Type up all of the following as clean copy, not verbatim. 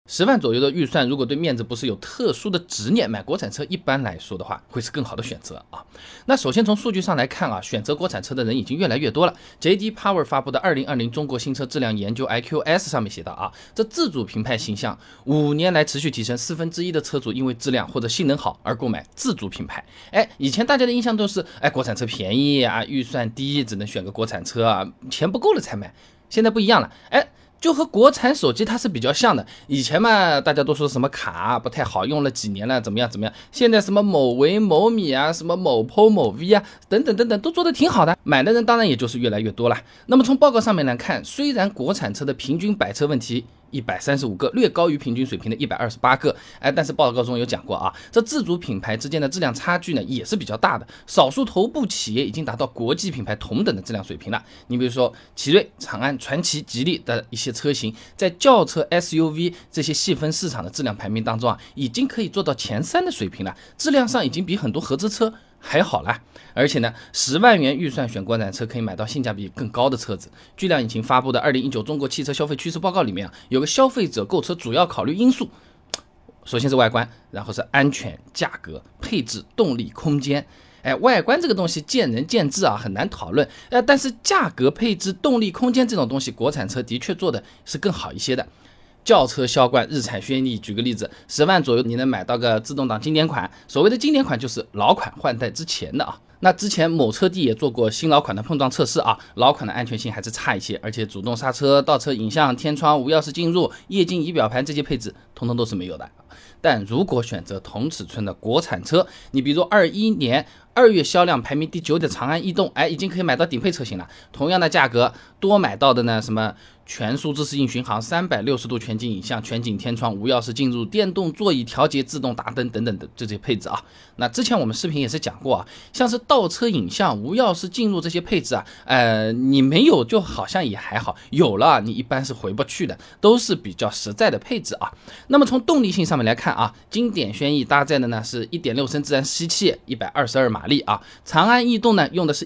10万左右的预算，如果对面子不是有特殊的执念，买国产车一般来说的话，会是更好的选择啊。那首先从数据上来看啊，选择国产车的人已经越来越多了。JD Power 发布的2020中国新车质量研究 IQS 上面写道啊，这自主品牌形象5年来持续提升，1/4的车主因为质量或者性能好而购买自主品牌。以前大家的印象都是，国产车便宜啊，预算低，只能选个国产车啊，钱不够了才买。现在不一样了，就和国产手机它是比较像的。以前嘛，大家都说什么卡不太好，用了几年了，怎么样。现在什么某维、某米啊，什么某 PO、某 V 啊，等等，都做得挺好的。买的人当然也就是越来越多了。那么从报告上面来看，虽然国产车的平均摆车问题135个，略高于平均水平的128个，但是报告中有讲过啊，这自主品牌之间的质量差距呢也是比较大的，少数头部企业已经达到国际品牌同等的质量水平了。你比如说奇瑞、长安、传祺、吉利的一些车型，在轿车、SUV 这些细分市场的质量排名当中啊，已经可以做到前3的水平了，质量上已经比很多合资车还好啦。而且呢，10万元预算选国产车可以买到性价比更高的车子。据亮引擎发布的2019中国汽车消费趋势报告里面有个消费者购车主要考虑因素，首先是外观，然后是安全、价格、配置、动力、空间。外观这个东西见仁见智啊，很难讨论。但是价格、配置、动力、空间这种东西，国产车的确做的是更好一些的。轿车销冠，日产轩逸，举个例子，10万左右你能买到个自动挡经典款。所谓的经典款就是老款换代之前的啊。那之前某车帝也做过新老款的碰撞测试啊，老款的安全性还是差一些，而且主动刹车、倒车影像、天窗、无钥匙进入、液晶仪表盘这些配置通通都是没有的。但如果选择同尺寸的国产车，你比如21年2月销量排名第9的长安逸动，已经可以买到顶配车型了。同样的价格，多买到的呢，什么全数字适应巡航、360度全景影像、全景天窗、无钥匙进入、电动座椅调节、自动打灯等等的这些配置啊。那之前我们视频也是讲过啊，像是倒车影像、无钥匙进入这些配置啊，你没有就好像也还好，有了你一般是回不去的，都是比较实在的配置啊。那么从动力性上面来看啊，经典轩逸搭载的呢是 1.6 升自然吸气，122马力啊，长安逸动呢用的是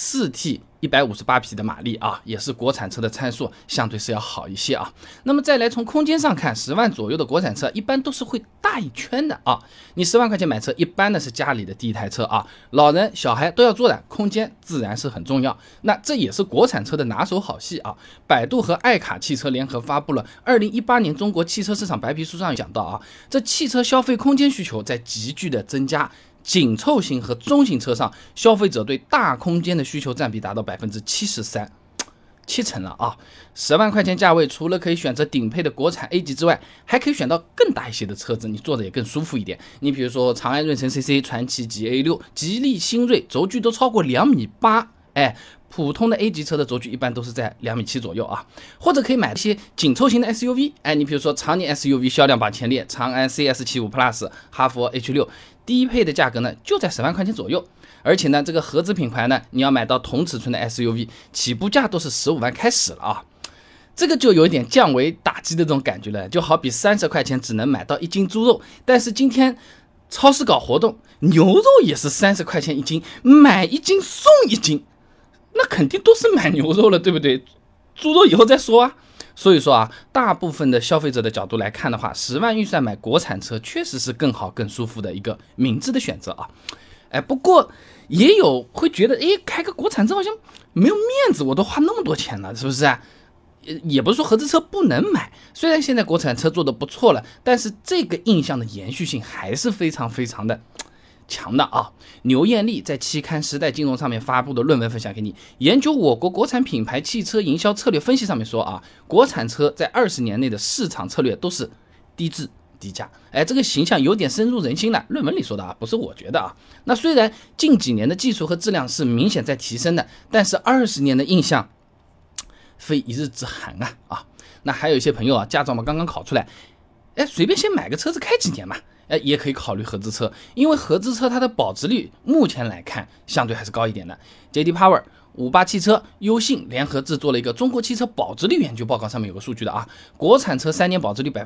1.4T。158匹的马力啊，也是国产车的参数相对是要好一些啊。那么再来从空间上看，10万左右的国产车一般都是会大一圈的啊。你10万块钱买车，一般的是家里的第一台车啊，老人小孩都要坐的，空间自然是很重要。那这也是国产车的拿手好戏啊。百度和爱卡汽车联合发布了2018年中国汽车市场白皮书上讲到啊，这汽车消费空间需求在急剧的增加。紧凑型和中型车上，消费者对大空间的需求占比达到73%，七成了啊！10万块钱价位，除了可以选择顶配的国产 A 级之外，还可以选到更大一些的车子，你坐的也更舒服一点。你比如说长安润神 CC、传祺 GA6、吉利新锐，轴距都超过2.8米。普通的 A 级车的轴距一般都是在2.7米左右啊，或者可以买一些紧凑型的 SUV，你比如说常年 SUV 销量榜前列，长安 CS75 Plus、哈弗 H6， 低配的价格呢就在10万块钱左右。而且呢，这个合资品牌呢，你要买到同尺寸的 SUV， 起步价都是15万开始了啊。这个就有一点降维打击的这种感觉了，就好比30块钱只能买到1斤猪肉，但是今天超市搞活动，牛肉也是30块钱1斤，买1斤送1斤。那肯定都是买牛肉了，对不对？猪肉以后再说啊。所以说啊，大部分的消费者的角度来看的话，10万预算买国产车确实是更好、更舒服的一个明智的选择啊。不过也有会觉得，开个国产车好像没有面子，我都花那么多钱了，是不是啊？也不是说合资车不能买，虽然现在国产车做的不错了，但是这个印象的延续性还是非常非常的强的啊！牛艳丽在期刊《时代金融》上面发布的论文分享给你，研究我国国产品牌汽车营销策略分析上面说啊，国产车在20年内的市场策略都是低质低价，这个形象有点深入人心了。论文里说的啊，不是我觉得啊。那虽然近几年的技术和质量是明显在提升的，但是20年的印象非一日之寒啊！那还有一些朋友啊，驾照嘛刚刚考出来，随便先买个车子开几年嘛。也可以考虑合资车，因为合资车它的保值率目前来看相对还是高一点的。JD Power、58汽车、优信联合制作了一个中国汽车保值率研究报告，上面有个数据的啊，国产车3年保值率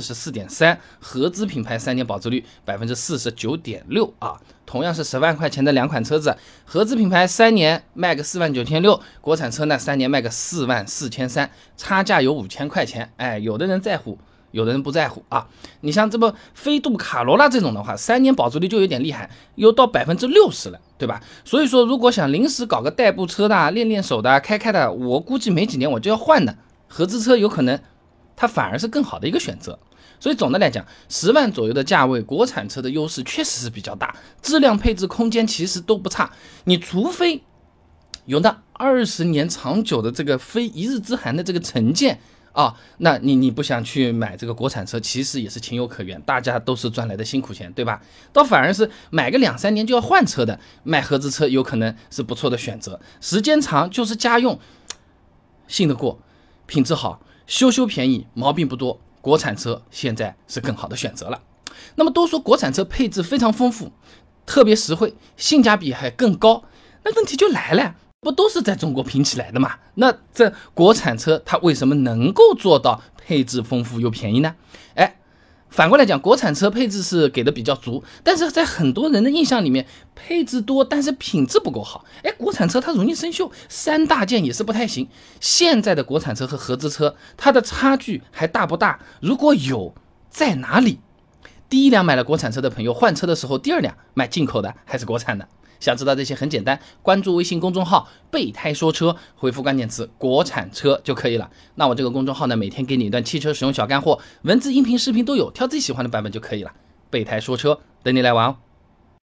44.3%， 合资品牌3年保值率 49.6% 啊。同样是10万块钱的2款车子，合资品牌3年卖个49600，国产车呢3年卖个44300，差价有5000块钱。有的人在乎有的人不在乎啊。你像这么飞度、卡罗拉这种的话，3年保值率就有点厉害，有到60%了，对吧？所以说，如果想临时搞个代步车的、练练手的、开的，我估计没几年我就要换的。合资车有可能它反而是更好的一个选择。所以总的来讲，10万左右的价位，国产车的优势确实是比较大，质量、配置、空间其实都不差。你除非有那20年长久的这个非一日之寒的这个成见啊，那你不想去买这个国产车，其实也是情有可原，大家都是赚来的辛苦钱，对吧？倒反而是买个2-3年就要换车的，买合资车有可能是不错的选择，时间长就是家用，信得过，品质好，修便宜，毛病不多，国产车现在是更好的选择了。那么都说国产车配置非常丰富，特别实惠，性价比还更高，那问题就来了，不都是在中国拼起来的嘛？那这国产车它为什么能够做到配置丰富又便宜呢？反过来讲，国产车配置是给的比较足，但是在很多人的印象里面，配置多但是品质不够好。国产车它容易生锈，3大件也是不太行。现在的国产车和合资车，它的差距还大不大？如果有，在哪里？第一辆买了国产车的朋友换车的时候，第2辆买进口的还是国产的？想知道这些很简单，关注微信公众号备胎说车，回复关键词国产车就可以了。那我这个公众号呢，每天给你一段汽车使用小干货，文字、音频、视频都有，挑自己喜欢的版本就可以了。备胎说车，等你来玩哦。